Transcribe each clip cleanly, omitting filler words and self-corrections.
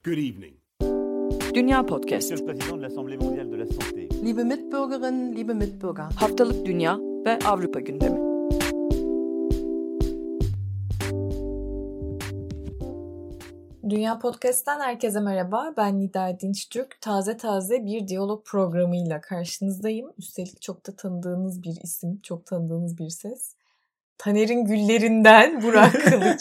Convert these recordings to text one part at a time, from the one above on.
Good evening. Dünya Podcast. Monsieur le Président de l'Assemblée mondiale de la santé. Liebe Mitbürgerinnen, liebe Mitbürger. Haftalık Dünya ve Avrupa gündemi. Dünya Podcast'ten herkese merhaba. Ben Nida Dinçtürk. Taze bir diyalog programıyla karşınızdayım. Üstelik çok da tanıdığınız bir isim, çok tanıdığınız bir ses. Taner'in güllerinden Burak Kılıç.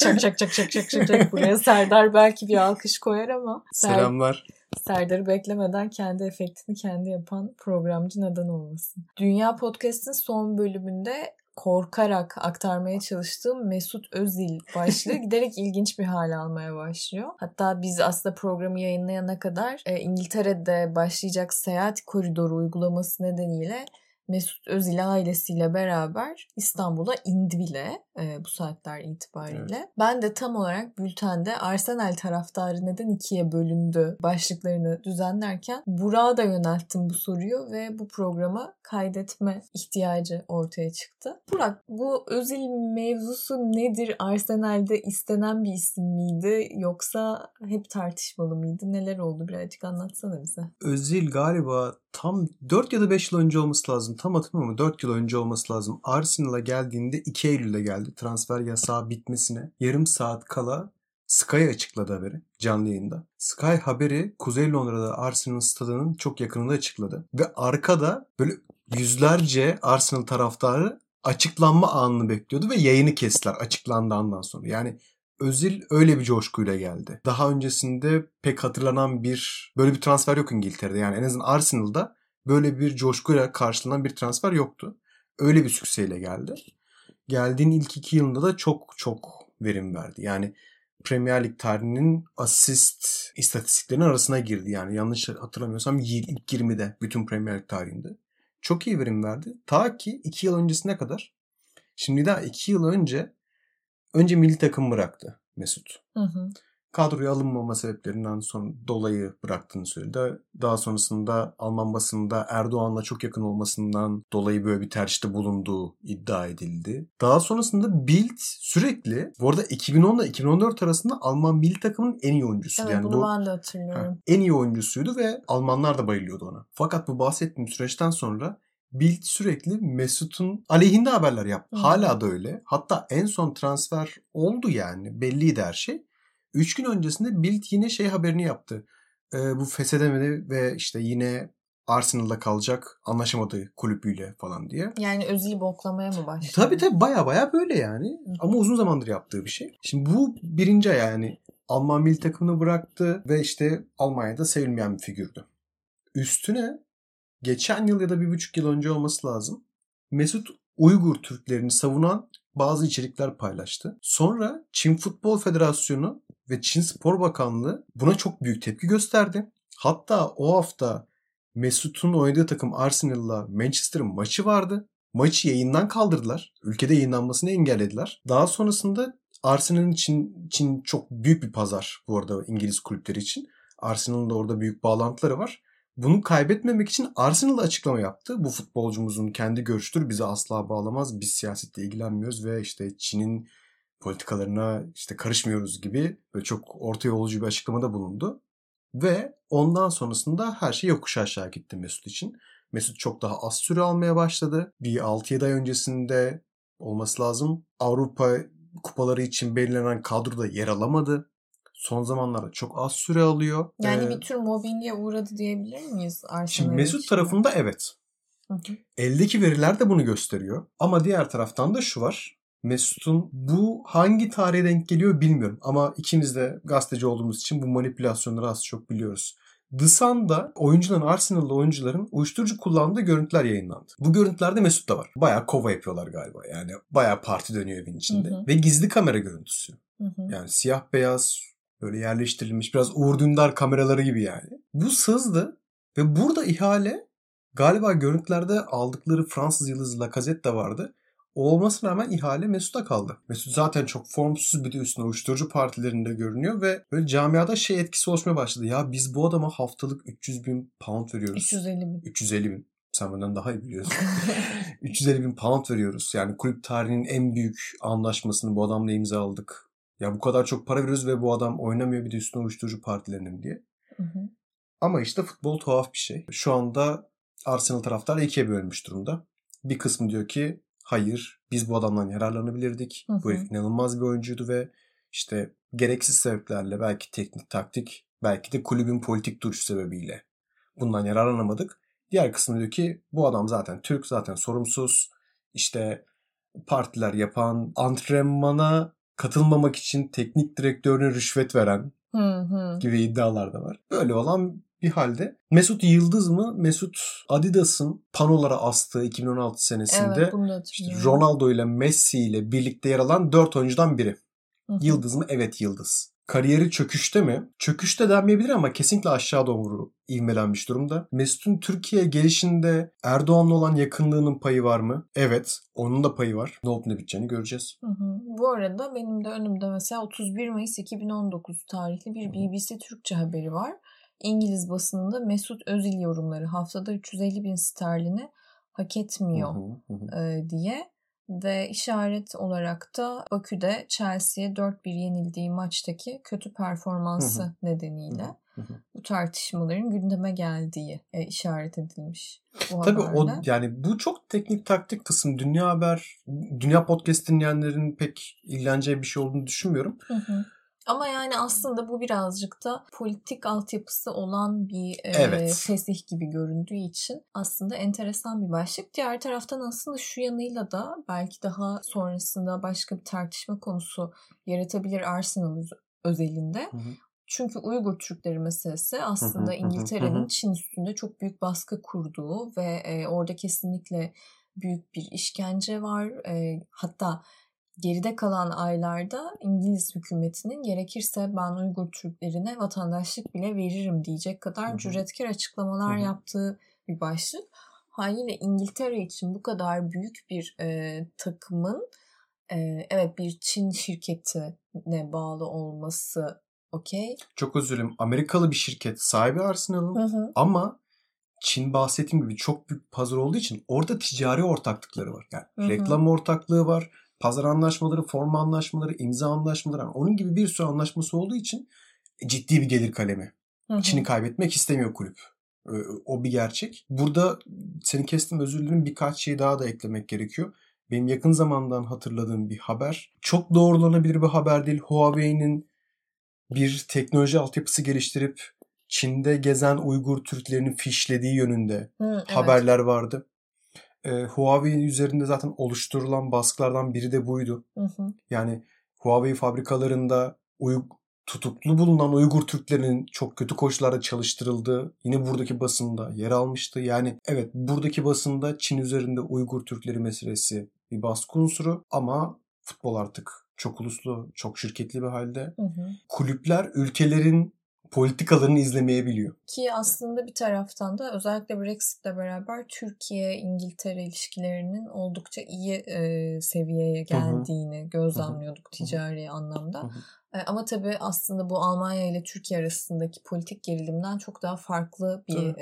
Çak. Buraya Serdar belki bir alkış koyar ama. Selamlar. Serdar'ı beklemeden kendi efektini kendi yapan programcı neden olmasın. Dünya Podcast'in son bölümünde korkarak aktarmaya çalıştığım Mesut Özil başlığı giderek ilginç bir hale almaya başlıyor. Hatta biz aslında programı yayınlayana kadar İngiltere'de başlayacak seyahat koridoru uygulaması nedeniyle Mesut Özil ailesiyle beraber İstanbul'a indi bile bu saatler itibariyle. Evet. Ben de tam olarak bültende Arsenal taraftarı neden ikiye bölündü başlıklarını düzenlerken Burak'a da yönelttim bu soruyu ve bu programa kaydetme ihtiyacı ortaya çıktı. Burak, bu Özil mevzusu nedir? Arsenal'de istenen bir isim miydi yoksa hep tartışmalı mıydı? Neler oldu? Birazcık anlatsana bize. Özil galiba tam 4 ya da 5 yıl önce olması lazım. Tam hatırlamıyorum ama 4 yıl önce olması lazım. Arsenal'a geldiğinde 2 Eylül'de geldi. Transfer yasağı bitmesine yarım saat kala Sky açıkladı haberi canlı yayında. Sky haberi Kuzey Londra'da Arsenal stadının çok yakınında açıkladı. Ve arkada böyle yüzlerce Arsenal taraftarı açıklanma anını bekliyordu ve yayını kestiler açıklandığından sonra. Yani Özil öyle bir coşkuyla geldi. Daha öncesinde pek hatırlanan böyle bir transfer yok İngiltere'de. Yani en azından Arsenal'da böyle bir coşkuyla karşılanan bir transfer yoktu. Öyle bir sükseyle geldi. Geldiğin ilk 2 yılında da çok verim verdi. Yani Premier Lig tarihinin asist istatistiklerinin arasına girdi. Yani yanlış hatırlamıyorsam ilk 20'de bütün Premier Lig tarihinde. Çok iyi verim verdi. Ta ki 2 yıl öncesine kadar. Şimdi daha 2 yıl önce milli takım bıraktı Mesut. Hı. Kadroya alınmama sebeplerinden dolayı bıraktığını söyledi. Daha sonrasında Alman basınında Erdoğan'la çok yakın olmasından dolayı böyle bir tercihte bulunduğu iddia edildi. Daha sonrasında Bild sürekli, bu arada 2010 ile 2014 arasında Alman milli takımının en iyi oyuncusu. Evet, yani bunu ben de hatırlıyorum. En iyi oyuncusuydu ve Almanlar da bayılıyordu ona. Fakat bu bahsettiğim süreçten sonra Bild sürekli Mesut'un aleyhinde haberler yaptı. Hala da öyle. Hatta en son transfer oldu yani. Belliydi her şey. 3 gün öncesinde Bild yine haberini yaptı. Bu feshedemedi ve işte yine Arsenal'da kalacak, anlaşamadı kulübüyle falan diye. Yani Özil'i boklamaya mı başladı? Tabii baya böyle yani. Ama uzun zamandır yaptığı bir şey. Şimdi bu birinci yani Alman milli takımını bıraktı ve işte Almanya'da sevilmeyen bir figürdü. Üstüne geçen yıl ya da 1,5 yıl önce olması lazım. Mesut Uygur Türklerini savunan bazı içerikler paylaştı. Sonra Çin Futbol Federasyonu ve Çin Spor Bakanlığı buna çok büyük tepki gösterdi. Hatta o hafta Mesut'un oynadığı takım Arsenal'la Manchester'ın maçı vardı. Maçı yayından kaldırdılar. Ülkede yayınlanmasını engellediler. Daha sonrasında Arsenal'ın Çin çok büyük bir pazar bu arada İngiliz kulüpleri için. Arsenal'ın da orada büyük bağlantıları var. Bunu kaybetmemek için Arsenal açıklama yaptı. Bu futbolcumuzun kendi görüştür, bizi asla bağlamaz. Biz siyasetle ilgilenmiyoruz ve işte Çin'in politikalarına işte karışmıyoruz gibi böyle çok orta yolcu bir açıklamada bulundu. Ve ondan sonrasında her şey yokuş aşağı gitti Mesut için. Mesut çok daha az süre almaya başladı. Bir 6-7 ay öncesinde olması lazım. Avrupa kupaları için belirlenen kadroda yer alamadı. Son zamanlarda çok az süre alıyor. Yani bir tür mobbinge uğradı diyebilir miyiz Arsenal? Şimdi Mesut tarafında evet. Hı. Eldeki veriler de bunu gösteriyor. Ama diğer taraftan da şu var. Mesut'un bu hangi tarihe denk geliyor bilmiyorum. Ama ikimiz de gazeteci olduğumuz için bu manipülasyonları az çok biliyoruz. The Sun'da Arsenal'da oyuncuların uyuşturucu kullandığı görüntüler yayınlandı. Bu görüntülerde Mesut da var. Bayağı kova yapıyorlar galiba. Yani bayağı parti dönüyor evin içinde. Hı. Ve gizli kamera görüntüsü. Hı. Yani siyah beyaz böyle yerleştirilmiş biraz Uğur Dündar kameraları gibi yani. Bu sızdı ve burada ihale galiba görüntülerde aldıkları Fransız yıldızı Lacazette de vardı. O olmasına rağmen ihale Mesut'a kaldı. Mesut zaten çok formsuz bir de üstüne uyuşturucu partilerinde görünüyor ve böyle camiada etkisi oluşmaya başladı. Ya biz bu adama haftalık 300.000 pound veriyoruz. 350.000. Sen benden daha iyi biliyorsun. 350.000 pound veriyoruz. Yani kulüp tarihinin en büyük anlaşmasını bu adamla imzaladık. Ya bu kadar çok para veriyoruz ve bu adam oynamıyor, bir de üstüne uyuşturucu partilerinin diye. Hı hı. Ama işte futbol tuhaf bir şey. Şu anda Arsenal taraftarı ikiye bölünmüş durumda. Bir kısmı diyor ki hayır, biz bu adamdan yararlanabilirdik. Hı hı. Bu herif inanılmaz bir oyuncuydu ve işte gereksiz sebeplerle, belki teknik taktik, belki de kulübün politik duruşu sebebiyle bundan yararlanamadık. Diğer kısmı diyor ki bu adam zaten Türk, zaten sorumsuz. İşte partiler yapan, antrenmana katılmamak için teknik direktörüne rüşvet veren gibi iddialar da var. Böyle olan bir halde Mesut Yıldız mı? Mesut Adidas'ın panolara astığı 2016 senesinde Evet, bunu da hatırlıyorum. işte Ronaldo ile Messi ile birlikte yer alan 4 oyuncudan biri. Hı hı. Yıldız mı? Evet, Yıldız. Kariyeri çöküşte mi? Çöküşte denmeyebilir ama kesinlikle aşağı doğru ivmelenmiş durumda. Mesut'un Türkiye'ye gelişinde Erdoğan'la olan yakınlığının payı var mı? Evet. Onun da payı var. Ne olup ne biteceğini göreceğiz. Hı hı. Bu arada benim de önümde mesela 31 Mayıs 2019 tarihli bir BBC Türkçe haberi var. İngiliz basınında Mesut Özil yorumları haftada 350 bin sterlini hak etmiyor diye. Ve işaret olarak da Bakü'de Chelsea'ye 4-1 yenildiği maçtaki kötü performansı nedeniyle bu tartışmaların gündeme geldiği işaret edilmiş bu Tabii haberde. yani bu çok teknik taktik kısım. Dünya Podcast dinleyenlerin pek ilgileneceği bir şey olduğunu düşünmüyorum. Hı hı. Ama yani aslında bu birazcık da politik altyapısı olan bir fesih gibi göründüğü için aslında enteresan bir başlık. Diğer taraftan aslında şu yanıyla da belki daha sonrasında başka bir tartışma konusu yaratabilir Arsenal özelinde. Hı hı. Çünkü Uygur Türkleri meselesi aslında İngiltere'nin Çin üstünde çok büyük baskı kurduğu ve orada kesinlikle büyük bir işkence var. Hatta geride kalan aylarda İngiliz hükümetinin gerekirse ben Uygur Türklerine vatandaşlık bile veririm diyecek kadar cüretkar açıklamalar yaptığı bir başlık. Haliyle İngiltere için bu kadar büyük bir takımın evet bir Çin şirketine bağlı olması okey. Çok özür dilerim. Amerikalı bir şirket sahibi Arsenal'ın ama Çin bahsettiğim gibi çok büyük pazar olduğu için orada ticari ortaklıkları var. Yani reklam ortaklığı var. Pazar anlaşmaları, forma anlaşmaları, imza anlaşmaları. Yani onun gibi bir sürü anlaşması olduğu için ciddi bir gelir kalemi. Çin'i kaybetmek istemiyor kulüp. O bir gerçek. Burada seni kestim, özür dilerim, birkaç şey daha da eklemek gerekiyor. Benim yakın zamandan hatırladığım bir haber. Çok doğrulanabilir bir haber değil. Huawei'nin bir teknoloji altyapısı geliştirip Çin'de gezen Uygur Türklerini fişlediği yönünde haberler vardı. Huawei üzerinde zaten oluşturulan baskılardan biri de buydu. Yani Huawei fabrikalarında tutuklu bulunan Uygur Türklerinin çok kötü koşullarda çalıştırıldığı yine buradaki basında yer almıştı. Yani evet, buradaki basında Çin üzerinde Uygur Türkleri meselesi bir baskı unsuru ama futbol artık çok uluslu, çok şirketli bir halde. Kulüpler ülkelerin politikalarını izlemeyebiliyor. Ki aslında bir taraftan da özellikle Brexit'le beraber Türkiye-İngiltere ilişkilerinin oldukça iyi seviyeye geldiğini gözlemliyorduk ticari anlamda. Ama tabii aslında bu Almanya ile Türkiye arasındaki politik gerilimden çok daha farklı bir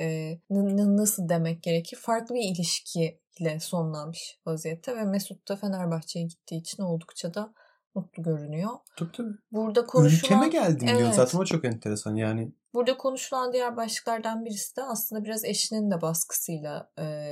nasıl demek gerekir? Farklı bir ilişkiyle sonlanmış vaziyette ve Mesut da Fenerbahçe'ye gittiği için oldukça da mutlu görünüyor. Tabii. Burada konuşulan... Ülkeme geldim diyor zaten, o çok enteresan yani. Burada konuşulan diğer başlıklardan birisi de aslında biraz eşinin de baskısıyla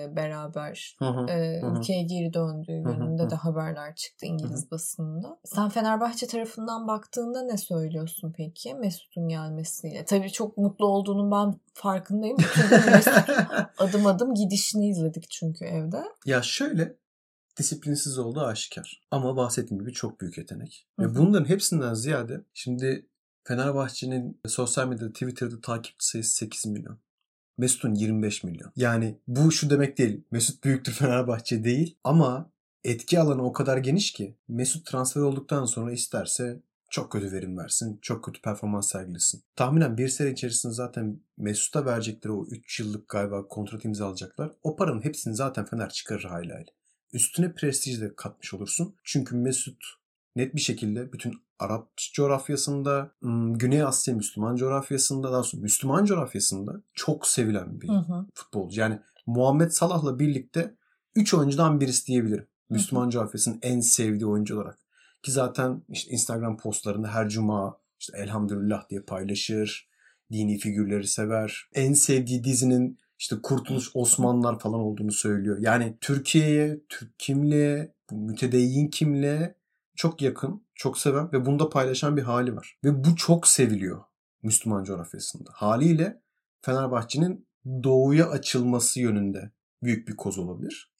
beraber ülkeye geri döndüğü yönünde de haberler çıktı İngiliz basınında. Sen Fenerbahçe tarafından baktığında ne söylüyorsun peki Mesut'un gelmesiyle? Tabii çok mutlu olduğunun ben farkındayım. Bütün Mesut'un adım adım gidişini izledik çünkü evde. Ya şöyle, disiplinsiz olduğu aşikar. Ama bahsettiğim gibi çok büyük yetenek. Ve bunların hepsinden ziyade şimdi Fenerbahçe'nin sosyal medyada, Twitter'da takipçi sayısı 8 milyon. Mesut'un 25 milyon. Yani bu şu demek değil. Mesut büyüktür Fenerbahçe değil. Ama etki alanı o kadar geniş ki Mesut transfer olduktan sonra isterse çok kötü verim versin, çok kötü performans sergilesin. Tahminen bir sene içerisinde zaten Mesut'a verecekleri o 3 yıllık galiba kontrat imzalayacaklar. O paranın hepsini zaten Fener çıkarır hayli. Üstüne prestij de katmış olursun. Çünkü Mesut net bir şekilde bütün Arap coğrafyasında, Güney Asya Müslüman coğrafyasında, daha sonra Müslüman coğrafyasında çok sevilen bir futbolcu. Yani Muhammed Salah'la birlikte 3 oyuncudan birisi diyebilirim. Müslüman coğrafyasının en sevdiği oyuncu olarak. Ki zaten işte Instagram postlarında her cuma işte elhamdülillah diye paylaşır. Dini figürleri sever. En sevdiği dizinin işte Kurtuluş Osmanlılar falan olduğunu söylüyor. Yani Türkiye'ye, Türk kimliğe, mütedeyyin kimliğe çok yakın, çok seven ve bunu da paylaşan bir hali var. Ve bu çok seviliyor Müslüman coğrafyasında. Haliyle Fenerbahçe'nin doğuya açılması yönünde büyük bir koz olabilir.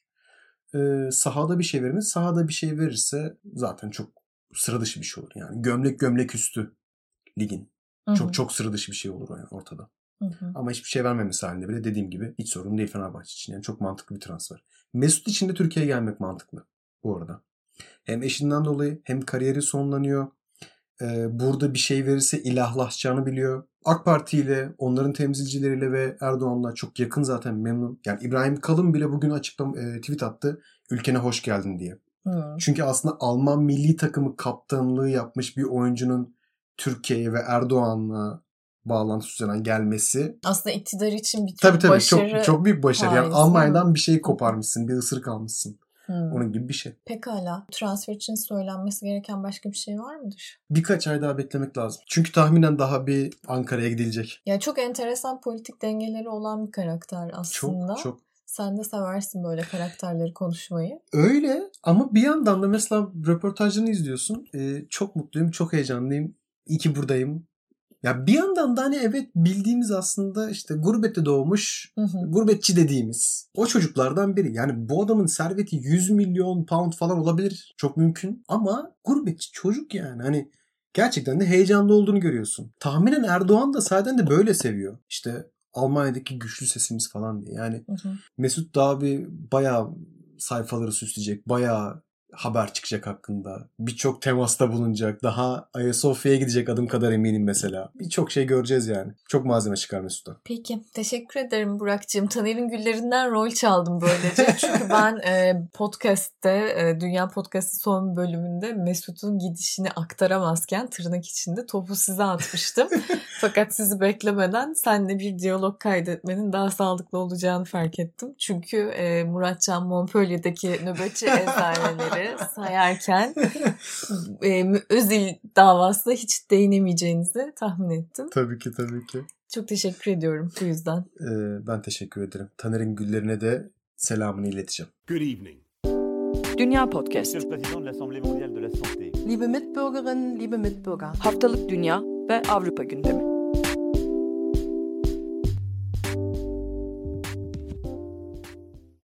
Sahada bir şey vermez. Sahada bir şey verirse zaten çok sıra dışı bir şey olur. Yani gömlek üstü ligin. Çok çok sıra dışı bir şey olur yani ortada. Ama hiçbir şey vermemesi halinde bile dediğim gibi hiç sorun değil Fenerbahçe için. Yani çok mantıklı bir transfer. Mesut için de Türkiye'ye gelmek mantıklı bu arada. Hem eşinden dolayı hem kariyeri sonlanıyor. Burada bir şey verirse ilahlaşacağını biliyor. AK Parti ile, onların temsilcileriyle ve Erdoğan'la çok yakın zaten, memnun. Yani İbrahim Kalın bile bugün tweet attı. Ülkene hoş geldin diye. Çünkü aslında Alman milli takımı kaptanlığı yapmış bir oyuncunun Türkiye'ye ve Erdoğan'la bağlantı üzerinden gelmesi. Aslında iktidar için bir tür başarı. Çok büyük başarı. Yani Almanya'dan bir şey koparmışsın. Bir ısırık almışsın. Onun gibi bir şey. Pekala. Transfer için söylenmesi gereken başka bir şey var mıdır? Birkaç ay daha beklemek lazım. Çünkü tahminen daha bir Ankara'ya gidilecek. Ya çok enteresan politik dengeleri olan bir karakter aslında. Çok. Sen de seversin böyle karakterleri konuşmayı. Öyle ama bir yandan da mesela röportajlarını izliyorsun. Çok mutluyum, çok heyecanlıyım. İyi ki buradayım. Ya bir yandan da hani evet bildiğimiz aslında işte gurbette doğmuş, gurbetçi dediğimiz o çocuklardan biri. Yani bu adamın serveti 100 milyon pound falan olabilir. Çok mümkün. Ama gurbetçi çocuk yani. Hani gerçekten de heyecanlı olduğunu görüyorsun. Tahminen Erdoğan da zaten de böyle seviyor. İşte Almanya'daki güçlü sesimiz falan diye. Yani Mesut daha bir bayağı sayfaları süsleyecek. Bayağı haber çıkacak hakkında. Birçok temasta bulunacak. Daha Ayasofya'ya gidecek adım kadar eminim mesela. Birçok şey göreceğiz yani. Çok malzeme çıkar Mesut'tan. Peki. Teşekkür ederim Burak'cığım. Taner'in güllerinden rol çaldım böylece. Çünkü ben podcast'te, Dünya Podcast'ın son bölümünde Mesut'un gidişini aktaramazken tırnak içinde topu size atmıştım. Fakat sizi beklemeden seninle bir diyalog kaydetmenin daha sağlıklı olacağını fark ettim. Çünkü Muratcan Montpellier'deki nöbetçi eczaneleri sayarken Özil davasına hiç değinemeyeceğinizi tahmin ettim. Tabii ki. Çok teşekkür ediyorum bu yüzden. Ben teşekkür ederim. Taner'in güllerine de selamını ileteceğim. Good evening. Dünya Podcast. Monsieur le Président de l'Assemblée mondiale de la santé. Liebe Mitbürgerinnen, liebe Mitbürger. Haftalık dünya ve Avrupa gündemi.